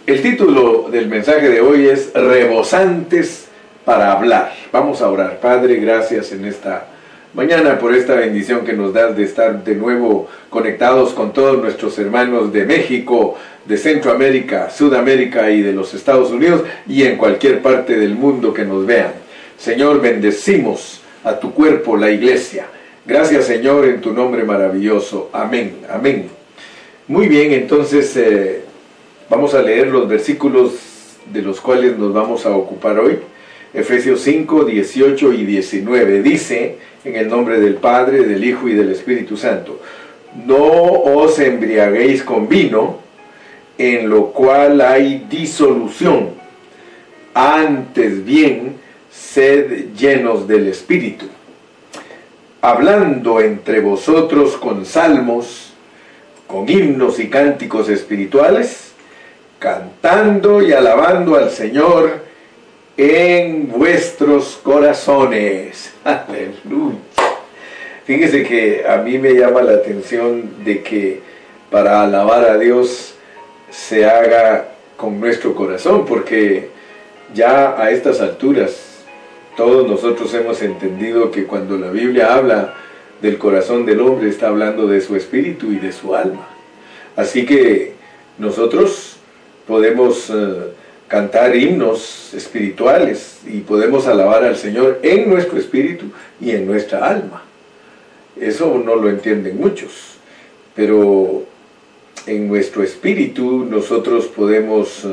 El título del mensaje de hoy es Rebosantes para hablar. Vamos a orar. Padre, gracias en esta mañana por esta bendición que nos das de estar de nuevo conectados con todos nuestros hermanos de México, de Centroamérica, Sudamérica y de los Estados Unidos y en cualquier parte del mundo que nos vean. Señor, bendecimos a tu cuerpo, la iglesia. Gracias, Señor, en tu nombre maravilloso. Amén, amén. Muy bien, entonces vamos a leer los versículos de los cuales nos vamos a ocupar hoy. Efesios 5, 18 y 19. Dice, en el nombre del Padre, del Hijo y del Espíritu Santo: no os embriaguéis con vino, en lo cual hay disolución. Antes bien, sed llenos del Espíritu, hablando entre vosotros con salmos, con himnos y cánticos espirituales, cantando y alabando al Señor en vuestros corazones. Aleluya. Fíjese que a mí me llama la atención de que para alabar a Dios se haga con nuestro corazón, porque ya a estas alturas todos nosotros hemos entendido que cuando la Biblia habla del corazón del hombre está hablando de su espíritu y de su alma. Así que nosotros podemos cantar himnos espirituales y podemos alabar al Señor en nuestro espíritu y en nuestra alma. Eso no lo entienden muchos, pero en nuestro espíritu nosotros podemos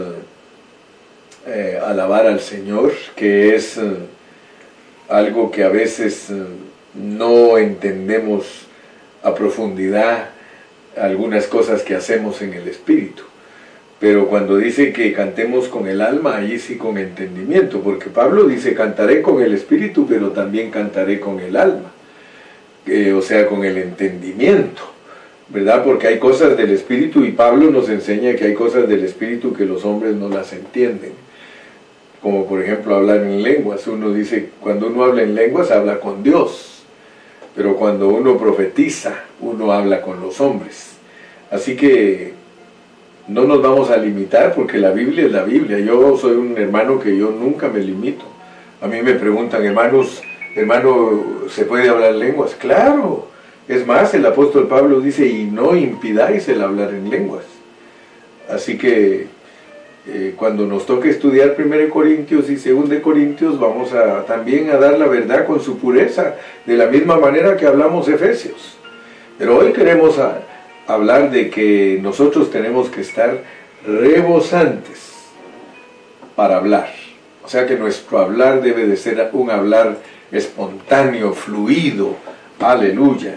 alabar al Señor, que es algo que a veces no entendemos a profundidad, algunas cosas que hacemos en el espíritu. Pero cuando dice que cantemos con el alma, ahí sí con entendimiento, porque Pablo dice, cantaré con el espíritu, pero también cantaré con el alma, o sea, con el entendimiento, ¿verdad? Porque hay cosas del espíritu, y Pablo nos enseña que hay cosas del espíritu que los hombres no las entienden, como por ejemplo hablar en lenguas. Uno dice, cuando uno habla en lenguas, habla con Dios, pero cuando uno profetiza, uno habla con los hombres. Así que no nos vamos a limitar, porque la Biblia es la Biblia. Yo soy un hermano que yo nunca me limito. A mí me preguntan, hermano, ¿se puede hablar lenguas? Claro. Es más, el apóstol Pablo dice, y no impidáis el hablar en lenguas. Así que cuando nos toque estudiar 1 Corintios y 2 Corintios, vamos también a dar la verdad con su pureza, de la misma manera que hablamos Efesios. Pero hoy queremos hablar de que nosotros tenemos que estar rebosantes para hablar. O sea que nuestro hablar debe de ser un hablar espontáneo, fluido. Aleluya.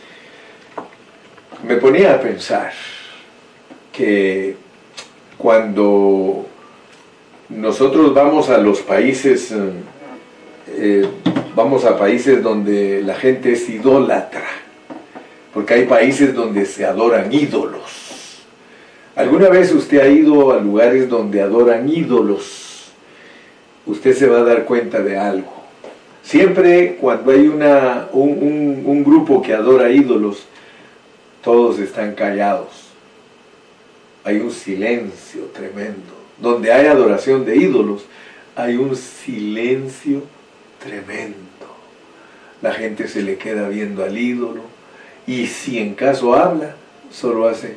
Me ponía a pensar que cuando nosotros vamos a los países, vamos a países donde la gente es idólatra, porque hay países donde se adoran ídolos. ¿Alguna vez usted ha ido a lugares donde adoran ídolos? Usted se va a dar cuenta de algo. Siempre cuando hay un grupo que adora ídolos, todos están callados. Hay un silencio tremendo. Donde hay adoración de ídolos, hay un silencio tremendo. La gente se le queda viendo al ídolo, y si en caso habla, solo hace.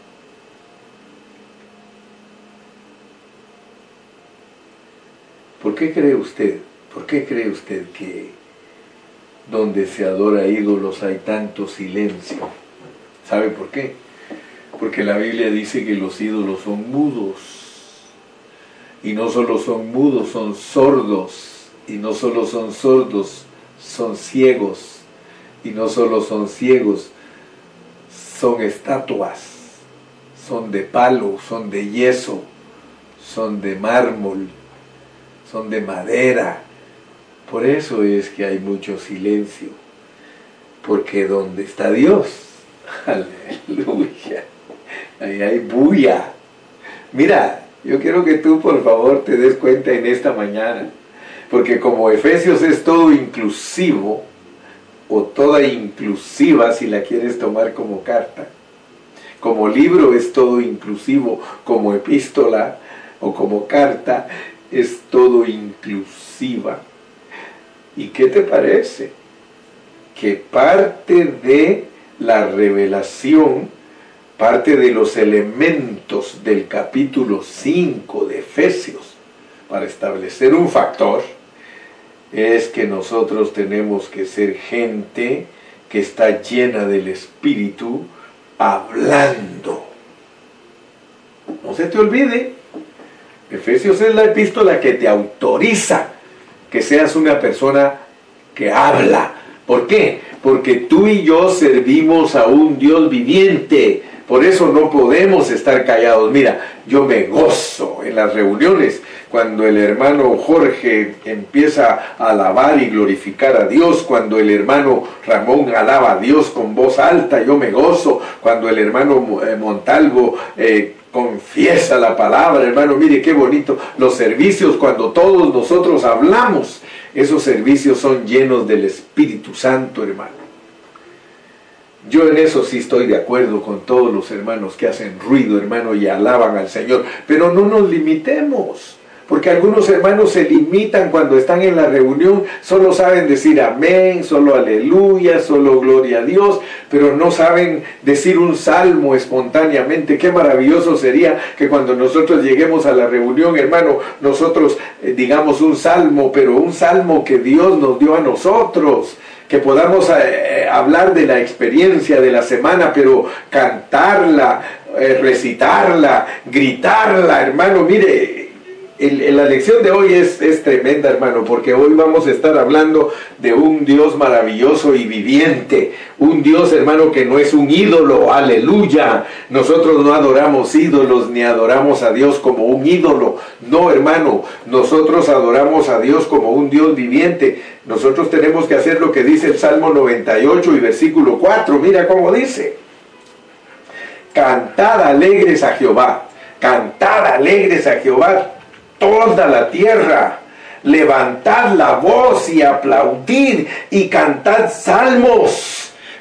¿Por qué cree usted que donde se adora ídolos hay tanto silencio? ¿Sabe por qué? Porque la Biblia dice que los ídolos son mudos. Y no solo son mudos, son sordos. Y no solo son sordos, son ciegos. Y no solo son ciegos, son estatuas. Son de palo, son de yeso, son de mármol, son de madera. Por eso es que hay mucho silencio. Porque donde está Dios, aleluya, ahí hay bulla. Mira, yo quiero que tú por favor te des cuenta en esta mañana, porque como Efesios es todo inclusivo, o toda inclusiva si la quieres tomar como carta, como libro es todo inclusivo, como epístola, o como carta, es todo inclusiva. ¿Y qué te parece? Que parte de la revelación, parte de los elementos del capítulo 5 de Efesios, para establecer un factor, es que nosotros tenemos que ser gente que está llena del Espíritu, hablando. No se te olvide, Efesios es la epístola que te autoriza que seas una persona que habla. ¿Por qué? Porque tú y yo servimos a un Dios viviente. Por eso no podemos estar callados. Mira, yo me gozo en las reuniones cuando el hermano Jorge empieza a alabar y glorificar a Dios, cuando el hermano Ramón alaba a Dios con voz alta, yo me gozo, cuando el hermano Montalvo confiesa la palabra, hermano, mire qué bonito, los servicios cuando todos nosotros hablamos, esos servicios son llenos del Espíritu Santo, hermano. Yo en eso sí estoy de acuerdo con todos los hermanos que hacen ruido, hermano, y alaban al Señor, pero no nos limitemos. Porque algunos hermanos se limitan cuando están en la reunión, solo saben decir amén, solo aleluya, solo gloria a Dios, pero no saben decir un salmo espontáneamente. Qué maravilloso sería que cuando nosotros lleguemos a la reunión, hermano, nosotros digamos un salmo, pero un salmo que Dios nos dio a nosotros. Que podamos hablar de la experiencia de la semana, pero cantarla, recitarla, gritarla, hermano, mire. La lección de hoy es tremenda, hermano, porque hoy vamos a estar hablando de un Dios maravilloso y viviente, un Dios, hermano, que no es un ídolo, aleluya. Nosotros no adoramos ídolos ni adoramos a Dios como un ídolo, no, hermano, nosotros adoramos a Dios como un Dios viviente. Nosotros tenemos que hacer lo que dice el Salmo 98 y versículo 4, mira cómo dice: cantad alegres a Jehová, cantad alegres a Jehová toda la tierra, levantad la voz y aplaudid y cantad salmos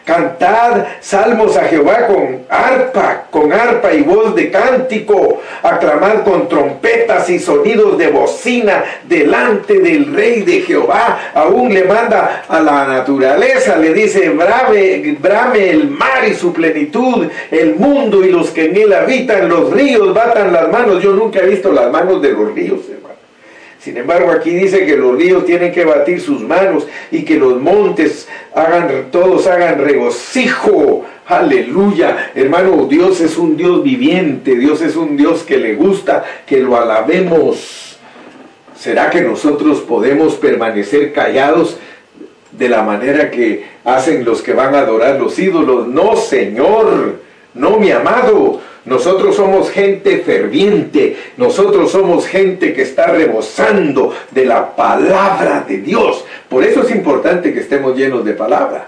a Jehová con arpa y voz de cántico, aclamad con trompetas y sonidos de bocina delante del Rey de Jehová. Aún le manda a la naturaleza, le dice: brame el mar y su plenitud, el mundo y los que en él habitan, los ríos batan las manos. Yo nunca he visto las manos de los ríos, hermano. Sin embargo, aquí dice que los ríos tienen que batir sus manos y que los montes todos hagan regocijo. Aleluya. Hermano, Dios es un Dios viviente. Dios es un Dios que le gusta que lo alabemos. ¿Será que nosotros podemos permanecer callados de la manera que hacen los que van a adorar los ídolos? No, Señor. No, mi amado. Nosotros somos gente ferviente, nosotros somos gente que está rebosando de la palabra de Dios. Por eso es importante que estemos llenos de palabra.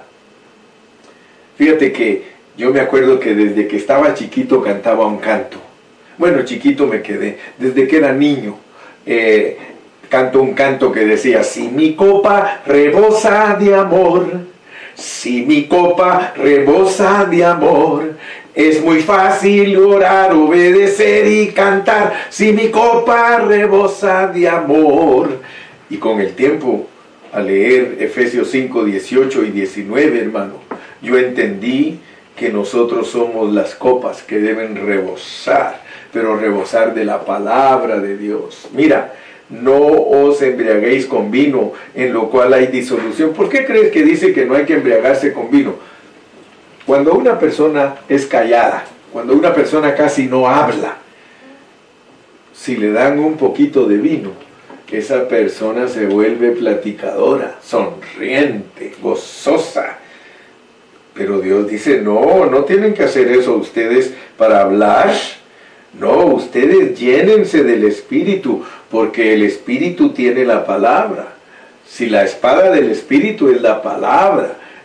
Fíjate que yo me acuerdo que desde que estaba chiquito cantaba un canto. Bueno, chiquito me quedé, desde que era niño. Canto un canto que decía: si mi copa rebosa de amor, si mi copa rebosa de amor, es muy fácil orar, obedecer y cantar, si mi copa rebosa de amor. Y con el tiempo, al leer Efesios 5, 18 y 19, hermano, yo entendí que nosotros somos las copas que deben rebosar, pero rebosar de la palabra de Dios. Mira, no os embriaguéis con vino, en lo cual hay disolución. ¿Por qué crees que dice que no hay que embriagarse con vino? Cuando una persona es callada, cuando una persona casi no habla, si le dan un poquito de vino, esa persona se vuelve platicadora, sonriente, gozosa. Pero Dios dice: no, no tienen que hacer eso ustedes para hablar. No, ustedes llénense del Espíritu, porque el Espíritu tiene la palabra. Si la espada del Espíritu es la palabra,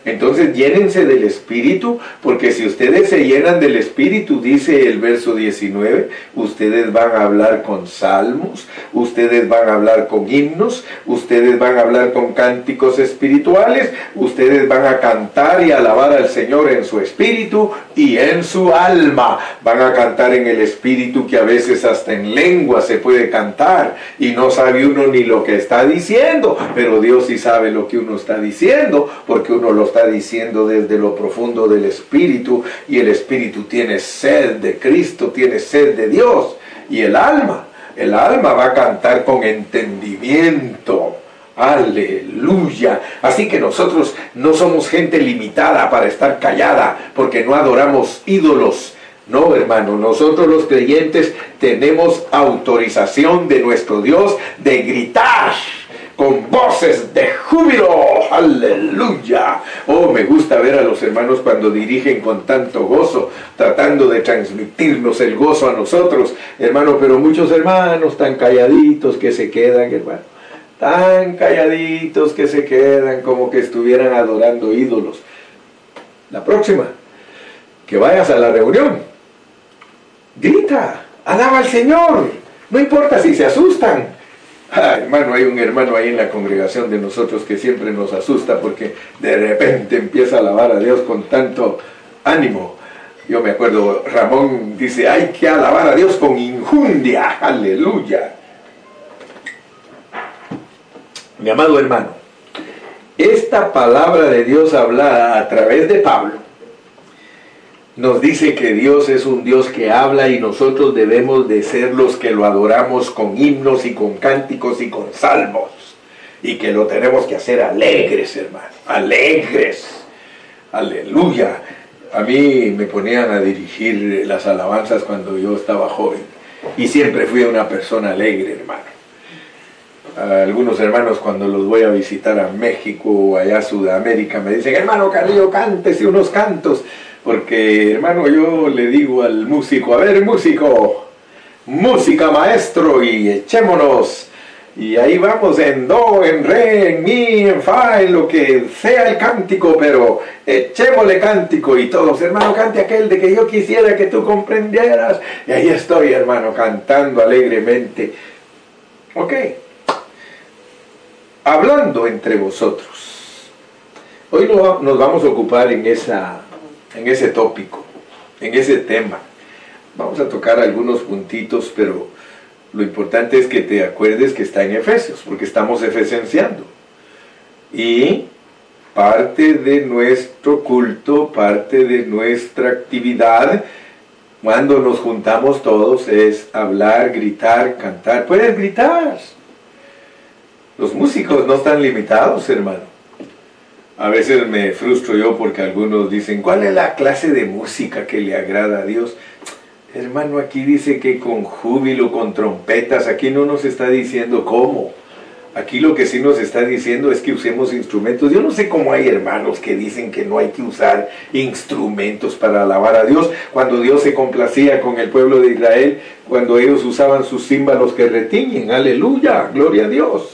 Entonces llénense del Espíritu, porque si ustedes se llenan del Espíritu, dice el verso 19, ustedes van a hablar con salmos, ustedes van a hablar con himnos, ustedes van a hablar con cánticos espirituales, ustedes van a cantar y alabar al Señor en su espíritu y en su alma. Van a cantar en el Espíritu, que a veces hasta en lengua se puede cantar y no sabe uno ni lo que está diciendo, pero Dios sí sabe lo que uno está diciendo, porque uno lo está diciendo desde lo profundo del Espíritu, y el Espíritu tiene sed de Cristo, tiene sed de Dios, y el alma va a cantar con entendimiento. Aleluya. Así que nosotros no somos gente limitada para estar callada, porque no adoramos ídolos. No, hermano, nosotros los creyentes tenemos autorización de nuestro Dios de gritar con voces de júbilo. Aleluya. Oh, me gusta ver a los hermanos cuando dirigen con tanto gozo, tratando de transmitirnos el gozo a nosotros, hermano. Pero muchos hermanos tan calladitos que se quedan, hermano, tan calladitos que se quedan como que estuvieran adorando ídolos. La próxima que vayas a la reunión, grita, alaba al Señor, no importa si se asustan. Hermano, hay un hermano ahí en la congregación de nosotros que siempre nos asusta, porque de repente empieza a alabar a Dios con tanto ánimo. Yo me acuerdo, Ramón dice, hay que alabar a Dios con injundia. Aleluya. Mi amado hermano, esta palabra de Dios hablada a través de Pablo nos dice que Dios es un Dios que habla, y nosotros debemos de ser los que lo adoramos con himnos y con cánticos y con salmos, y que lo tenemos que hacer alegres, hermano, alegres. Aleluya. A mí me ponían a dirigir las alabanzas cuando yo estaba joven, y siempre fui una persona alegre, hermano. Algunos hermanos, cuando los voy a visitar a México o allá a Sudamérica, me dicen, hermano Carrillo, cántese unos cantos. Porque, hermano, yo le digo al músico, a ver, músico, música, maestro, y echémonos. Y ahí vamos en do, en re, en mi, en fa, en lo que sea el cántico, pero echémosle cántico. Y todos, hermano, cante aquel de que yo quisiera que tú comprendieras. Y ahí estoy, hermano, cantando alegremente. Ok. Hablando entre vosotros. Hoy nos vamos a ocupar en ese tópico, en ese tema. Vamos a tocar algunos puntitos, pero lo importante es que te acuerdes que está en Efesios, porque estamos efesenciando. Y parte de nuestro culto, parte de nuestra actividad, cuando nos juntamos todos, es hablar, gritar, cantar. Puedes gritar. Los músicos no están limitados, hermano. A veces me frustro yo porque algunos dicen, ¿cuál es la clase de música que le agrada a Dios? Hermano, aquí dice que con júbilo, con trompetas. Aquí no nos está diciendo cómo. Aquí lo que sí nos está diciendo es que usemos instrumentos. Yo no sé cómo hay hermanos que dicen que no hay que usar instrumentos para alabar a Dios, cuando Dios se complacía con el pueblo de Israel, cuando ellos usaban sus címbalos que retiñen. Aleluya, gloria a Dios.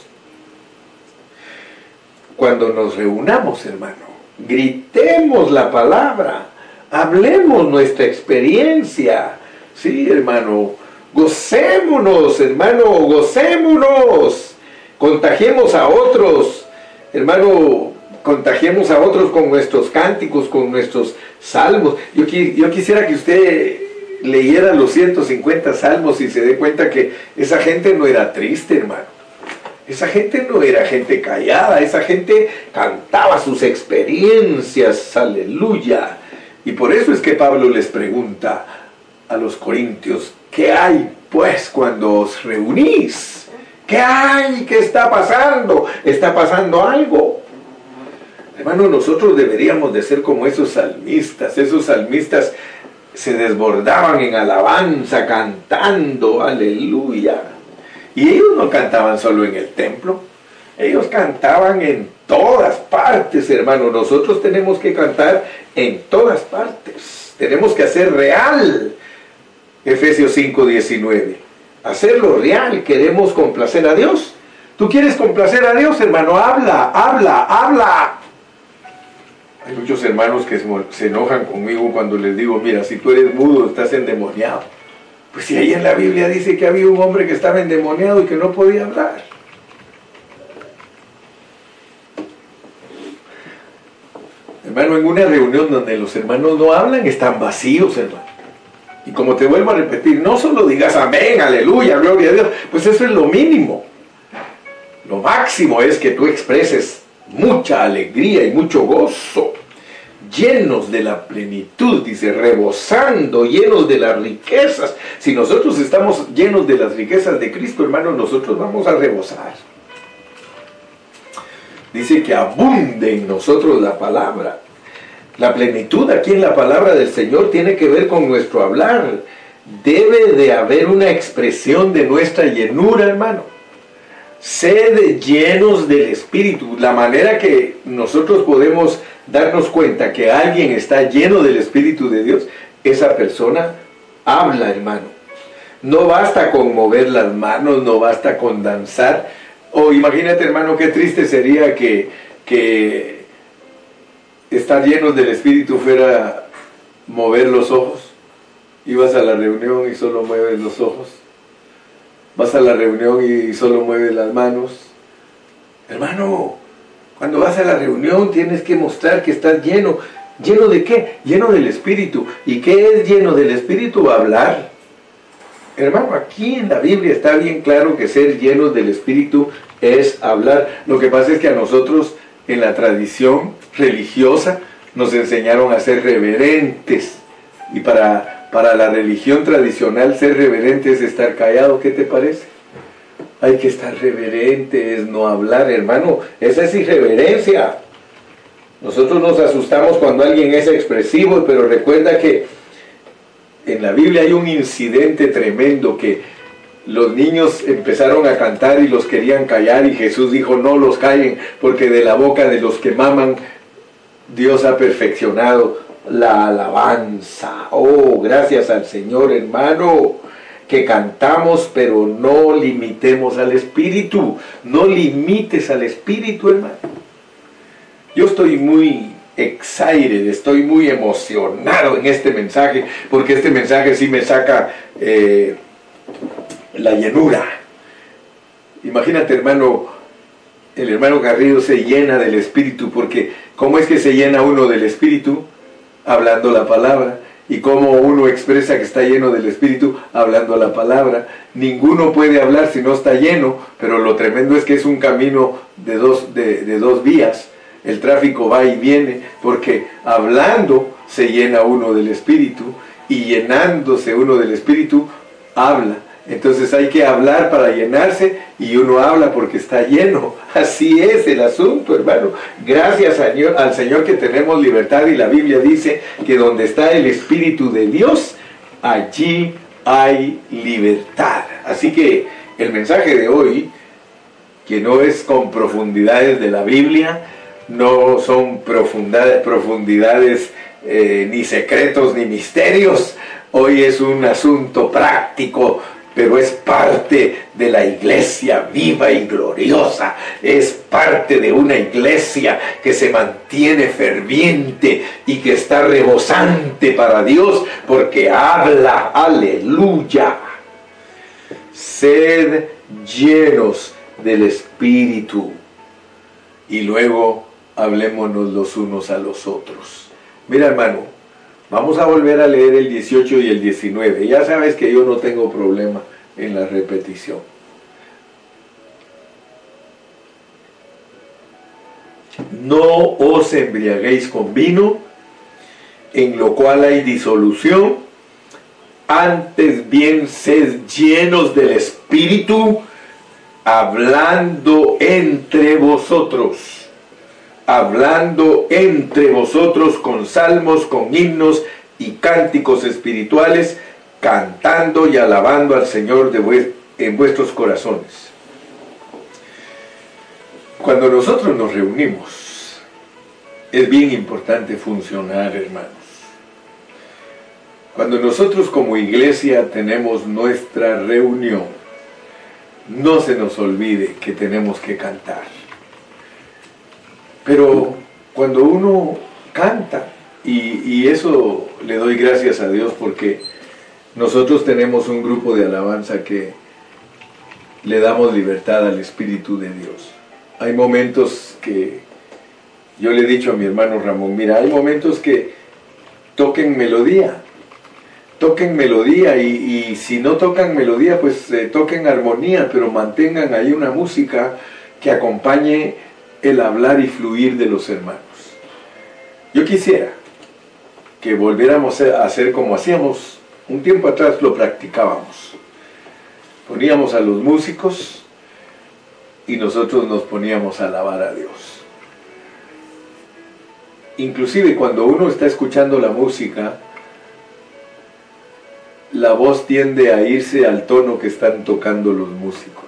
Cuando nos reunamos, hermano, gritemos la palabra, hablemos nuestra experiencia. Sí, hermano, gocémonos, hermano, gocémonos. Contagiemos a otros, hermano, contagiemos a otros con nuestros cánticos, con nuestros salmos. Yo quisiera que usted leyera los 150 salmos y se dé cuenta que esa gente no era triste, hermano. Esa gente no era gente callada, esa gente cantaba sus experiencias, aleluya. Y por eso es que Pablo les pregunta a los corintios, ¿qué hay pues cuando os reunís? ¿Qué hay? ¿Qué está pasando? ¿Está pasando algo? Hermano, nosotros deberíamos de ser como esos salmistas se desbordaban en alabanza, cantando, aleluya. Y ellos no cantaban solo en el templo, ellos cantaban en todas partes, hermano. Nosotros tenemos que cantar en todas partes. Tenemos que hacer real Efesios 5:19. Hacerlo real. Queremos complacer a Dios. ¿Tú quieres complacer a Dios, hermano? Habla. Hay muchos hermanos que se enojan conmigo cuando les digo, mira, si tú eres mudo, estás endemoniado. Pues si ahí en la Biblia dice que había un hombre que estaba endemoniado y que no podía hablar. Hermano, en una reunión donde los hermanos no hablan, están vacíos, hermano. Y como te vuelvo a repetir, no solo digas amén, aleluya, gloria a Dios, pues eso es lo mínimo. Lo máximo es que tú expreses mucha alegría y mucho gozo, llenos de la plenitud, dice, rebosando, llenos de las riquezas. Si nosotros estamos llenos de las riquezas de Cristo, hermano, nosotros vamos a rebosar. Dice que abunde en nosotros la palabra. La plenitud aquí en la palabra del Señor tiene que ver con nuestro hablar. Debe de haber una expresión de nuestra llenura, hermano. Sed llenos del Espíritu. La manera que nosotros podemos darnos cuenta que alguien está lleno del Espíritu de Dios, esa persona habla, hermano. No basta con mover las manos, no basta con danzar. O imagínate, hermano, qué triste sería que estar llenos del Espíritu fuera mover los ojos. Ibas a la reunión y solo mueves los ojos. Vas a la reunión y solo mueves las manos. Hermano, cuando vas a la reunión tienes que mostrar que estás lleno. ¿Lleno de qué? Lleno del Espíritu. ¿Y qué es lleno del Espíritu? Hablar. Hermano, aquí en la Biblia está bien claro que ser llenos del Espíritu es hablar. Lo que pasa es que a nosotros en la tradición religiosa nos enseñaron a ser reverentes. Y para la religión tradicional ser reverente es estar callado. ¿Qué te parece? Hay que estar reverente, es no hablar, hermano. Esa es irreverencia. Nosotros nos asustamos cuando alguien es expresivo, pero recuerda que en la Biblia hay un incidente tremendo que los niños empezaron a cantar y los querían callar y Jesús dijo, no los callen, porque de la boca de los que maman Dios ha perfeccionado la alabanza. Oh, gracias al Señor, hermano, que cantamos, pero no limitemos al Espíritu. No limites al Espíritu, hermano. Yo estoy muy excited, estoy muy emocionado en este mensaje, porque este mensaje sí me saca la llenura. Imagínate, hermano, el hermano Garrido se llena del Espíritu, porque ¿cómo es que se llena uno del Espíritu? Hablando la palabra. Y cómo uno expresa que está lleno del Espíritu, hablando la palabra. Ninguno puede hablar si no está lleno, pero lo tremendo es que es un camino de dos vías. El tráfico va y viene, porque hablando se llena uno del Espíritu, y llenándose uno del Espíritu, habla. Entonces hay que hablar para llenarse, y uno habla porque está lleno. Así es el asunto, hermano. Gracias al Señor que tenemos libertad, y la Biblia dice que donde está el Espíritu de Dios, allí hay libertad. Así que el mensaje de hoy, que no es con profundidades de la Biblia, no son profundidades ni secretos ni misterios. Hoy es un asunto práctico, pero es parte de la iglesia viva y gloriosa. Es parte de una iglesia que se mantiene ferviente y que está rebosante para Dios, porque habla, aleluya. Sed llenos del Espíritu. Y luego hablémonos los unos a los otros. Mira, hermano, vamos a volver a leer el 18 y el 19. Ya sabes que yo no tengo problema en la repetición. No os embriaguéis con vino, en lo cual hay disolución, antes bien sed llenos del Espíritu, hablando entre vosotros con salmos, con himnos y cánticos espirituales, cantando y alabando al Señor en vuestros corazones. Cuando nosotros nos reunimos, es bien importante funcionar, hermanos. Cuando nosotros como iglesia tenemos nuestra reunión, no se nos olvide que tenemos que cantar. Pero cuando uno cantan. Y eso le doy gracias a Dios, porque nosotros tenemos un grupo de alabanza que le damos libertad al Espíritu de Dios. Hay momentos que, yo le he dicho a mi hermano Ramón, mira, hay momentos que toquen melodía, y si no tocan melodía, pues toquen armonía, pero mantengan ahí una música que acompañe el hablar y fluir de los hermanos. Yo quisiera que volviéramos a hacer como hacíamos un tiempo atrás, lo practicábamos. Poníamos a los músicos y nosotros nos poníamos a alabar a Dios. Inclusive cuando uno está escuchando la música, la voz tiende a irse al tono que están tocando los músicos.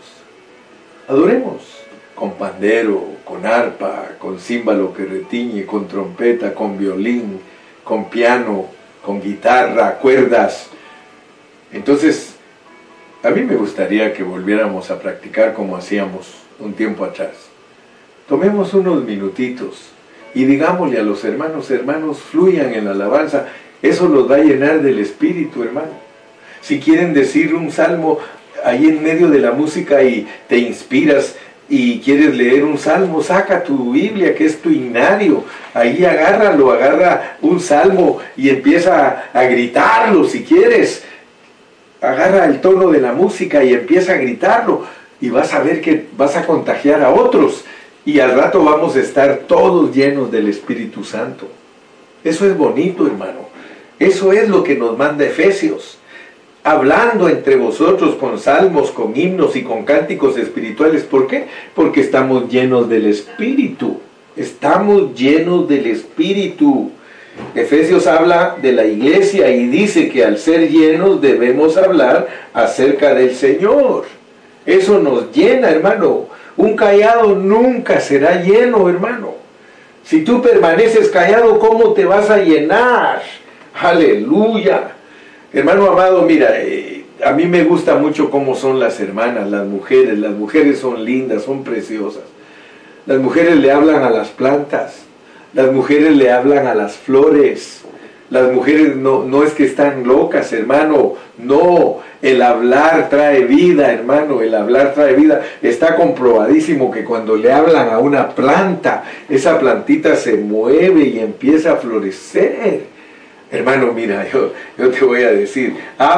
Adoremos con pandero, con arpa, con címbalo que retiñe, con trompeta, con violín, con piano, con guitarra, cuerdas. Entonces, a mí me gustaría que volviéramos a practicar como hacíamos un tiempo atrás. Tomemos unos minutitos y digámosle a los hermanos, fluyan en la alabanza. Eso los va a llenar del Espíritu, hermano. Si quieren decir un salmo ahí en medio de la música y te inspiras y quieres leer un salmo, saca tu Biblia, que es tu himnario, ahí agarra un salmo y empieza a gritarlo si quieres. Agarra el tono de la música y empieza a gritarlo, y vas a ver que vas a contagiar a otros, y al rato vamos a estar todos llenos del Espíritu Santo. Eso es bonito, hermano. Eso es lo que nos manda Efesios. Hablando entre vosotros con salmos, con himnos y con cánticos espirituales. ¿Por qué? Porque estamos llenos del Espíritu. Estamos llenos del Espíritu. Efesios habla de la iglesia y dice que al ser llenos debemos hablar acerca del Señor. Eso nos llena, hermano. Un callado nunca será lleno, hermano. Si tú permaneces callado, ¿cómo te vas a llenar? Aleluya. Hermano amado, mira, a mí me gusta mucho cómo son las hermanas, las mujeres son lindas, son preciosas. Las mujeres le hablan a las plantas, las mujeres le hablan a las flores, las mujeres no es que están locas, hermano, no, el hablar trae vida, hermano, el hablar trae vida. Está comprobadísimo que cuando le hablan a una planta, esa plantita se mueve y empieza a florecer. Hermano, mira, yo te voy a decir,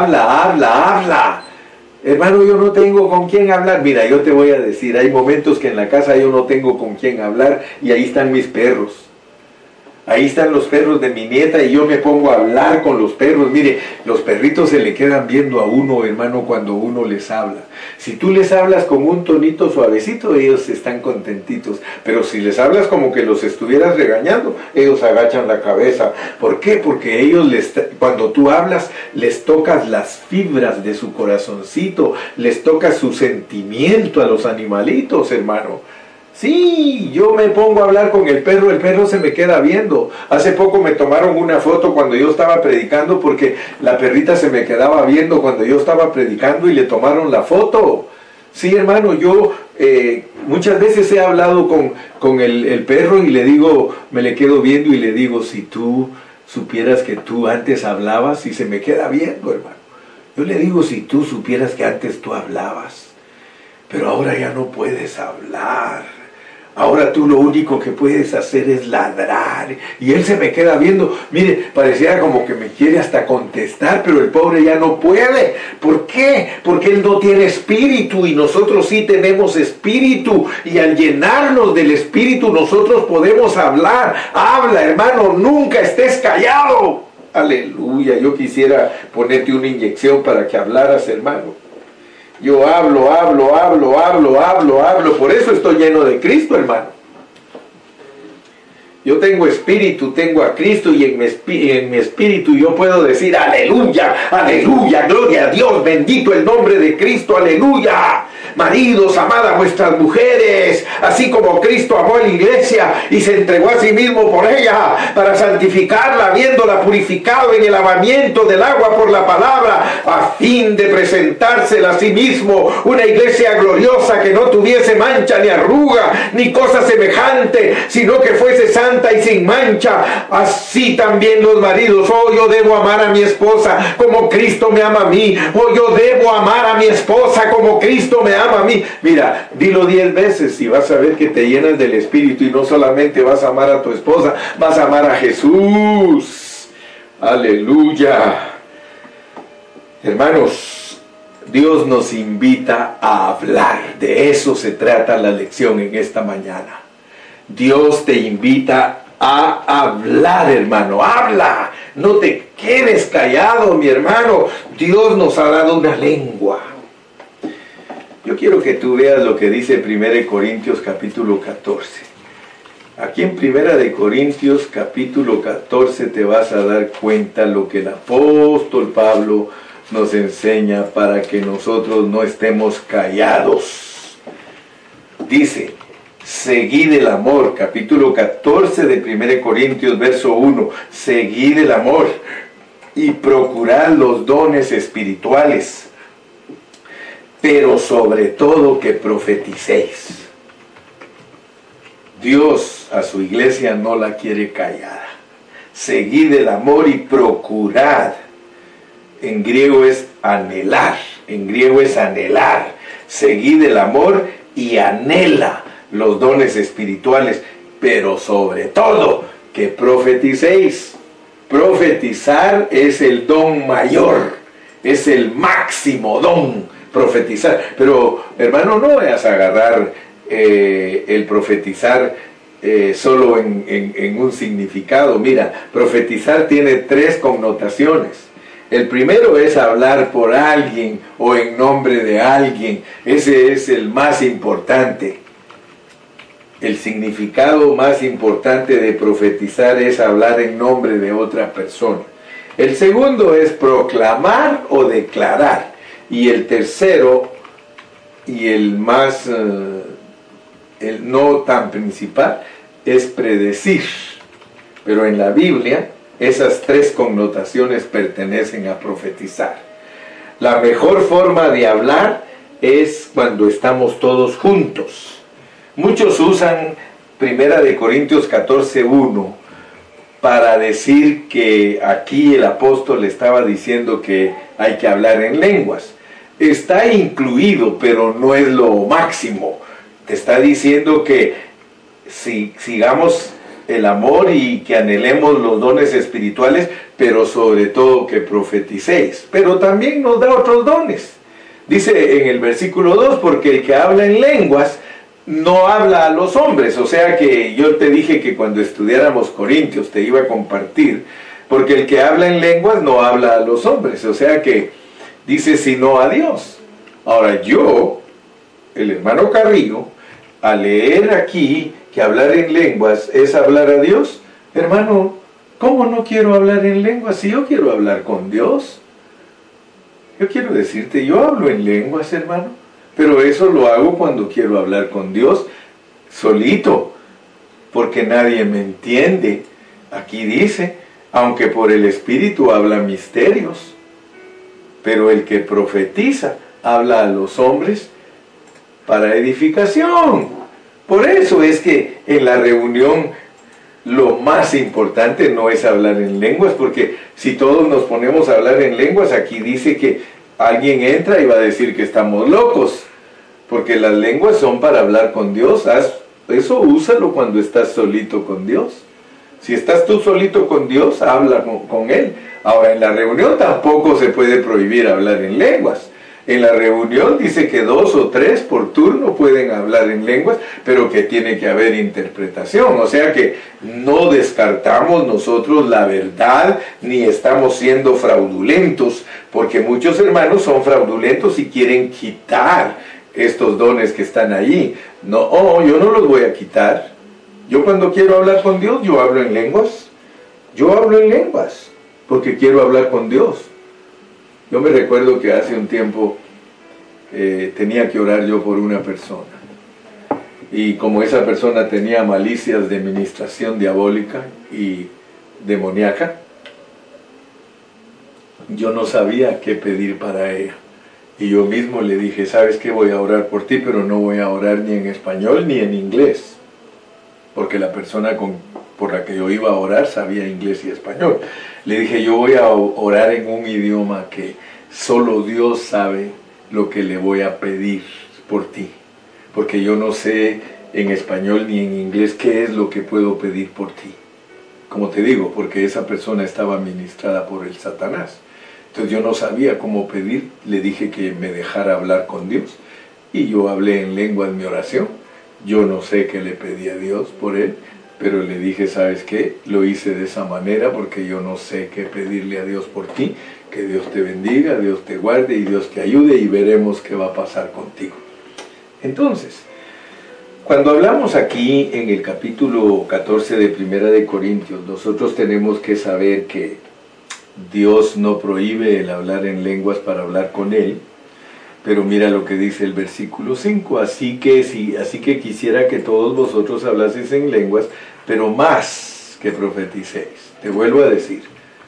habla. Hermano, yo no tengo con quién hablar. Mira, yo te voy a decir, hay momentos que en la casa yo no tengo con quién hablar, y ahí están mis perros. Ahí están los perros de mi nieta y yo me pongo a hablar con los perros. Mire, los perritos se le quedan viendo a uno, hermano, cuando uno les habla. Si tú les hablas con un tonito suavecito, ellos están contentitos. Pero si les hablas como que los estuvieras regañando, ellos agachan la cabeza. ¿Por qué? Porque ellos, cuando tú hablas, les tocas las fibras de su corazoncito, les tocas su sentimiento a los animalitos, hermano. Sí, yo me pongo a hablar con el perro se me queda viendo. Hace poco me tomaron una foto cuando yo estaba predicando, porque la perrita se me quedaba viendo cuando yo estaba predicando y le tomaron la foto. Sí, hermano, yo muchas veces he hablado con el perro y le digo, me le quedo viendo y le digo, si tú supieras que tú antes hablabas, y se me queda viendo, hermano. Yo le digo, si tú supieras que antes tú hablabas, pero ahora ya no puedes hablar. Ahora tú lo único que puedes hacer es ladrar. Y él se me queda viendo. Mire, pareciera como que me quiere hasta contestar, pero el pobre ya no puede. ¿Por qué? Porque él no tiene espíritu y nosotros sí tenemos espíritu. Y al llenarnos del espíritu nosotros podemos hablar. Habla, hermano, nunca estés callado. Aleluya, yo quisiera ponerte una inyección para que hablaras, hermano. Yo hablo, por eso estoy lleno de Cristo, hermano. Yo tengo espíritu, tengo a Cristo, y en mi espíritu yo puedo decir, aleluya, aleluya, gloria a Dios, bendito el nombre de Cristo, aleluya. maridos, amad a vuestras mujeres, así como Cristo amó a la iglesia y se entregó a sí mismo por ella, para santificarla, habiéndola purificado en el lavamiento del agua por la palabra, a fin de presentársela a sí mismo una iglesia gloriosa, que no tuviese mancha ni arruga ni cosa semejante, sino que fuese santa y sin mancha. Así también los maridos, yo debo amar a mi esposa como Cristo me ama a mí, yo debo amar a mi esposa como Cristo me ama a mí. Mira, dilo 10 veces y vas a ver que te llenas del Espíritu, y no solamente vas a amar a tu esposa, vas a amar a Jesús. Aleluya. Hermanos, Dios nos invita a hablar. De eso se trata la lección en esta mañana. Dios te invita a hablar, hermano. Habla. No te quedes callado, mi hermano. Dios nos ha dado una lengua. Yo quiero que tú veas lo que dice 1 Corintios capítulo 14. Aquí en 1 Corintios capítulo 14 te vas a dar cuenta lo que el apóstol Pablo nos enseña para que nosotros no estemos callados. Dice: seguid el amor, capítulo 14 de 1 Corintios, verso 1. Seguid el amor y procurad los dones espirituales, pero sobre todo que profeticéis. Dios a su iglesia no la quiere callada. Seguid el amor y procurad. En griego es anhelar. En griego es anhelar. Seguid el amor y anhela los dones espirituales, pero sobre todo que profeticéis. Profetizar es el don mayor, es el máximo don, profetizar. Pero hermano, no vayas a agarrar el profetizar solo en un significado. Mira, profetizar tiene 3 connotaciones. El primero es hablar por alguien o en nombre de alguien. Ese es el más importante. El significado más importante de profetizar es hablar en nombre de otra persona. El segundo es proclamar o declarar. Y el tercero, y el más, el no tan principal, es predecir. Pero en la Biblia, esas 3 connotaciones pertenecen a profetizar. La mejor forma de hablar es cuando estamos todos juntos. Muchos usan 1 Corintios 14:1 para decir que aquí el apóstol estaba diciendo que hay que hablar en lenguas. Está incluido, pero no es lo máximo. Te está diciendo que sigamos el amor y que anhelemos los dones espirituales, pero sobre todo que profeticéis. Pero también nos da otros dones. Dice en el versículo 2, porque el que habla en lenguas no habla a los hombres. O sea que yo te dije que cuando estudiáramos Corintios te iba a compartir, porque el que habla en lenguas no habla a los hombres. O sea que dice sino a Dios. Ahora yo, el hermano Carrillo, al leer aquí que hablar en lenguas es hablar a Dios, hermano, ¿cómo no quiero hablar en lenguas si yo quiero hablar con Dios? Yo quiero decirte, yo hablo en lenguas, hermano, pero eso lo hago cuando quiero hablar con Dios solito, porque nadie me entiende. Aquí dice, aunque por el Espíritu habla misterios, pero el que profetiza habla a los hombres para edificación. Por eso es que en la reunión lo más importante no es hablar en lenguas, porque si todos nos ponemos a hablar en lenguas, aquí dice que alguien entra y va a decir que estamos locos, porque las lenguas son para hablar con Dios. Eso úsalo cuando estás solito con Dios. Si estás tú solito con Dios, habla con Él. Ahora, en la reunión tampoco se puede prohibir hablar en lenguas. En la reunión dice que 2 o 3 por turno pueden hablar en lenguas, pero que tiene que haber interpretación. O sea que no descartamos nosotros la verdad, ni estamos siendo fraudulentos, porque muchos hermanos son fraudulentos y quieren quitar estos dones que están allí. No, yo no los voy a quitar. Yo cuando quiero hablar con Dios, yo hablo en lenguas. Yo hablo en lenguas, porque quiero hablar con Dios. Yo me recuerdo que hace un tiempo tenía que orar yo por una persona. Y como esa persona tenía malicias de ministración diabólica y demoníaca, yo no sabía qué pedir para ella. Y yo mismo le dije, ¿sabes qué? Voy a orar por ti, pero no voy a orar ni en español ni en inglés. Porque la persona por la que yo iba a orar sabía inglés y español. Le dije, yo voy a orar en un idioma que solo Dios sabe lo que le voy a pedir por ti. Porque yo no sé en español ni en inglés qué es lo que puedo pedir por ti. Como te digo, porque esa persona estaba ministrada por el Satanás. Entonces yo no sabía cómo pedir, le dije que me dejara hablar con Dios. Y yo hablé en lengua en mi oración. Yo no sé qué le pedí a Dios por él, pero le dije, ¿sabes qué? Lo hice de esa manera porque yo no sé qué pedirle a Dios por ti. Que Dios te bendiga, Dios te guarde y Dios te ayude y veremos qué va a pasar contigo. Entonces, cuando hablamos aquí en el capítulo 14 de Primera de Corintios, nosotros tenemos que saber que Dios no prohíbe el hablar en lenguas para hablar con Él, pero mira lo que dice el versículo 5, así que quisiera que todos vosotros hablaseis en lenguas, pero más que profeticéis. Te vuelvo a decir,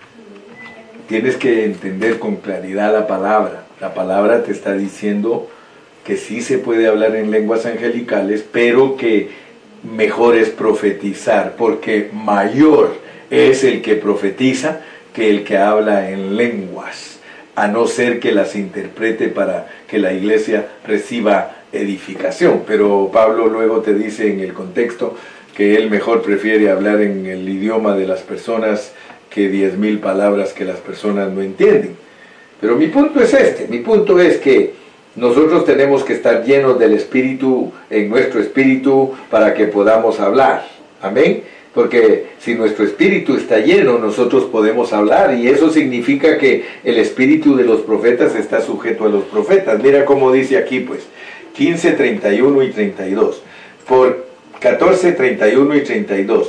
tienes que entender con claridad la palabra te está diciendo que sí se puede hablar en lenguas angelicales, pero que mejor es profetizar, porque mayor es el que profetiza que el que habla en lenguas, a no ser que las interprete para que la iglesia reciba edificación. Pero Pablo luego te dice en el contexto que él mejor prefiere hablar en el idioma de las personas que 10,000 palabras que las personas no entienden. Pero mi punto es mi punto es que nosotros tenemos que estar llenos del Espíritu, en nuestro espíritu, para que podamos hablar. Amén. Porque si nuestro espíritu está lleno, nosotros podemos hablar, y eso significa que el espíritu de los profetas está sujeto a los profetas. Mira cómo dice aquí, pues, 15, 31 y 32. Por 14, 31 y 32.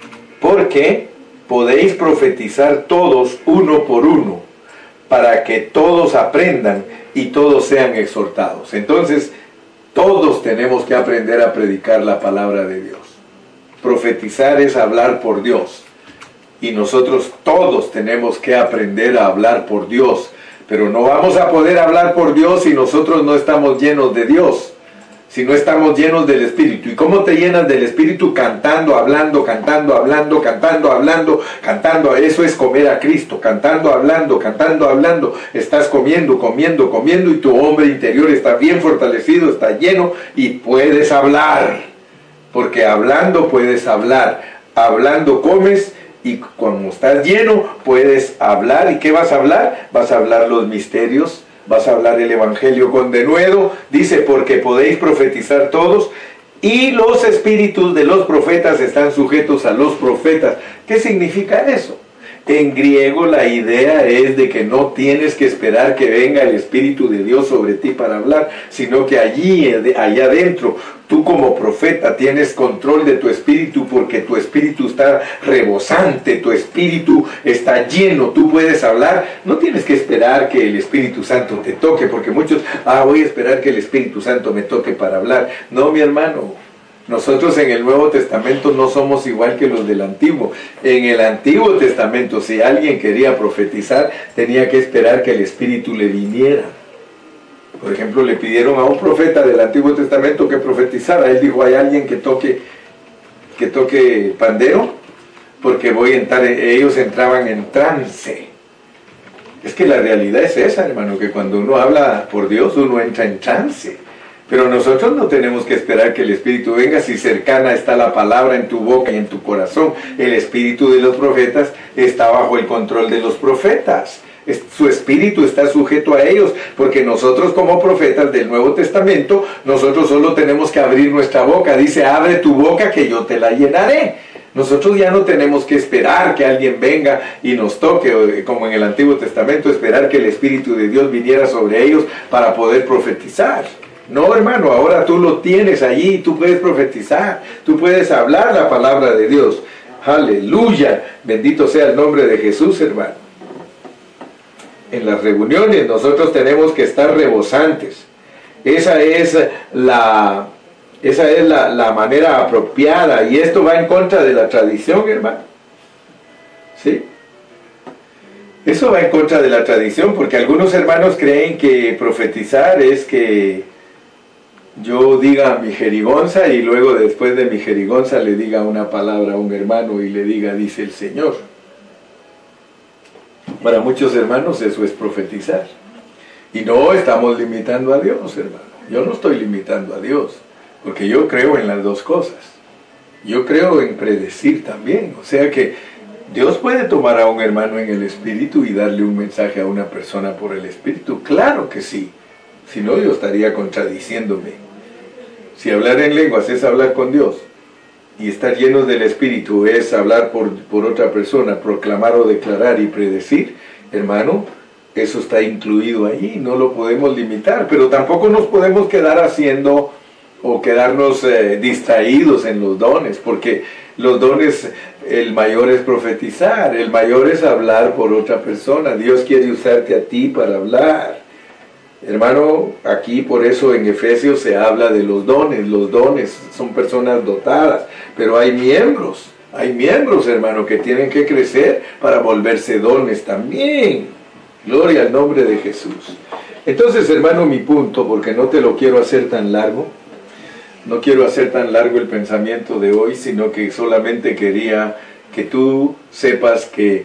Porque podéis profetizar todos uno por uno, para que todos aprendan y todos sean exhortados. Entonces, todos tenemos que aprender a predicar la palabra de Dios. Profetizar es hablar por Dios. Y nosotros todos tenemos que aprender a hablar por Dios. Pero no vamos a poder hablar por Dios si nosotros no estamos llenos de Dios. Si no estamos llenos del Espíritu. ¿Y cómo te llenas del Espíritu? Cantando, hablando, cantando, hablando, cantando, hablando, cantando. Eso es comer a Cristo. Cantando, hablando, cantando, hablando. Estás comiendo, comiendo, comiendo, y tu hombre interior está bien fortalecido, está lleno, y puedes hablar. Porque hablando puedes hablar, hablando comes, y cuando estás lleno puedes hablar. ¿Y qué vas a hablar? Vas a hablar los misterios, vas a hablar el evangelio con denuedo. Dice, porque podéis profetizar todos, y los espíritus de los profetas están sujetos a los profetas. ¿Qué significa eso? En griego la idea es de que no tienes que esperar que venga el Espíritu de Dios sobre ti para hablar, sino que allá adentro, tú como profeta tienes control de tu espíritu, porque tu espíritu está rebosante, tu espíritu está lleno, tú puedes hablar. No tienes que esperar que el Espíritu Santo te toque, porque muchos, voy a esperar que el Espíritu Santo me toque para hablar. No, mi hermano. Nosotros en el Nuevo Testamento no somos igual que los del Antiguo. En el Antiguo Testamento, si alguien quería profetizar, tenía que esperar que el Espíritu le viniera. Por ejemplo, le pidieron a un profeta del Antiguo Testamento que profetizara. Él dijo, ¿hay alguien que toque pandero? Porque ellos entraban en trance. Es que la realidad es esa, hermano, que cuando uno habla por Dios, uno entra en trance. Pero nosotros no tenemos que esperar que el Espíritu venga si cercana está la palabra en tu boca y en tu corazón. El espíritu de los profetas está bajo el control de los profetas. Su espíritu está sujeto a ellos, porque nosotros como profetas del Nuevo Testamento, nosotros solo tenemos que abrir nuestra boca. Dice, abre tu boca que yo te la llenaré. Nosotros ya no tenemos que esperar que alguien venga y nos toque, como en el Antiguo Testamento, esperar que el Espíritu de Dios viniera sobre ellos para poder profetizar. No, hermano, ahora tú lo tienes allí, tú puedes profetizar, tú puedes hablar la palabra de Dios. Aleluya, bendito sea el nombre de Jesús, hermano. En las reuniones nosotros tenemos que estar rebosantes. Esa es la manera apropiada, y esto va en contra de la tradición, hermano. ¿Sí? Eso va en contra de la tradición, porque algunos hermanos creen que profetizar es que yo diga mi jerigonza y luego después de mi jerigonza le diga una palabra a un hermano y le diga, dice el Señor. Para muchos hermanos eso es profetizar. Y no estamos limitando a Dios, hermano. Yo no estoy limitando a Dios, porque yo creo en las dos cosas. Yo creo en predecir también. O sea que Dios puede tomar a un hermano en el Espíritu y darle un mensaje a una persona por el Espíritu. Claro que sí. Si no, yo estaría contradiciéndome. Si hablar en lenguas es hablar con Dios, y estar llenos del Espíritu es hablar por otra persona, proclamar o declarar y predecir, hermano, eso está incluido ahí, no lo podemos limitar, pero tampoco nos podemos quedar haciendo o quedarnos distraídos en los dones, porque los dones, el mayor es profetizar, el mayor es hablar por otra persona. Dios quiere usarte a ti para hablar. Hermano, aquí por eso en Efesios se habla de los dones son personas dotadas, pero hay miembros, hermano, que tienen que crecer para volverse dones también. Gloria al nombre de Jesús. Entonces, hermano, mi punto, porque no te lo quiero hacer tan largo, no quiero hacer tan largo el pensamiento de hoy, sino que solamente quería que tú sepas que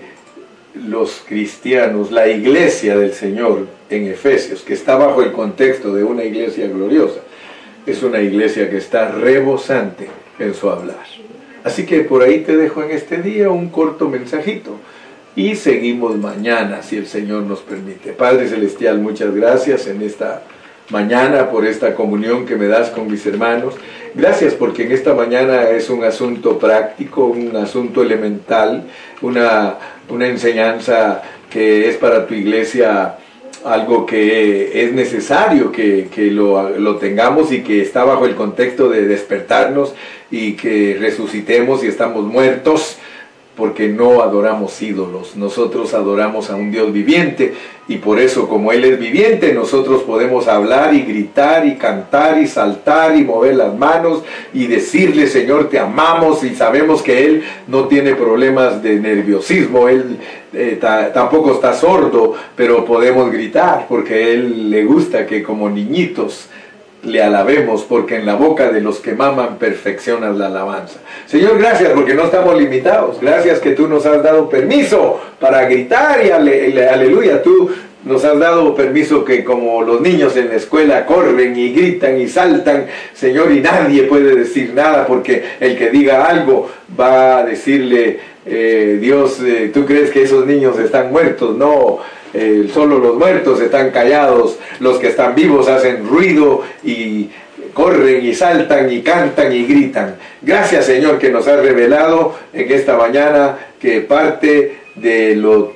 los cristianos, la iglesia del Señor en Efesios, que está bajo el contexto de una iglesia gloriosa, es una iglesia que está rebosante en su hablar. Así que por ahí te dejo en este día un corto mensajito y seguimos mañana, si el Señor nos permite. Padre Celestial, muchas gracias en esta mañana por esta comunión que me das con mis hermanos. Gracias porque en esta mañana es un asunto práctico, un asunto elemental, una enseñanza que es para tu iglesia algo que es necesario que lo tengamos, y que está bajo el contexto de despertarnos y que resucitemos y estamos muertos, porque no adoramos ídolos, nosotros adoramos a un Dios viviente, y por eso, como Él es viviente, nosotros podemos hablar y gritar y cantar y saltar y mover las manos y decirle, Señor, te amamos, y sabemos que Él no tiene problemas de nerviosismo, Él tampoco está sordo, pero podemos gritar porque a Él le gusta que como niñitos le alabemos, porque en la boca de los que maman perfeccionas la alabanza. Señor, gracias porque no estamos limitados. Gracias que tú nos has dado permiso para gritar y aleluya. Tú nos has dado permiso que como los niños en la escuela corren y gritan y saltan, Señor, y nadie puede decir nada, porque el que diga algo va a decirle, Dios, ¿tú crees que esos niños están muertos? No. Solo los muertos están callados, los que están vivos hacen ruido y corren y saltan y cantan y gritan. Gracias, Señor, que nos has revelado en esta mañana que parte de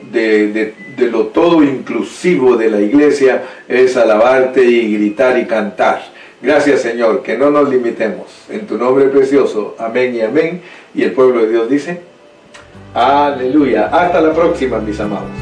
lo todo inclusivo de la iglesia es alabarte y gritar y cantar. Gracias, Señor, que no nos limitemos. En tu nombre precioso, amén y amén. Y el pueblo de Dios dice, aleluya. Hasta la próxima, mis amados.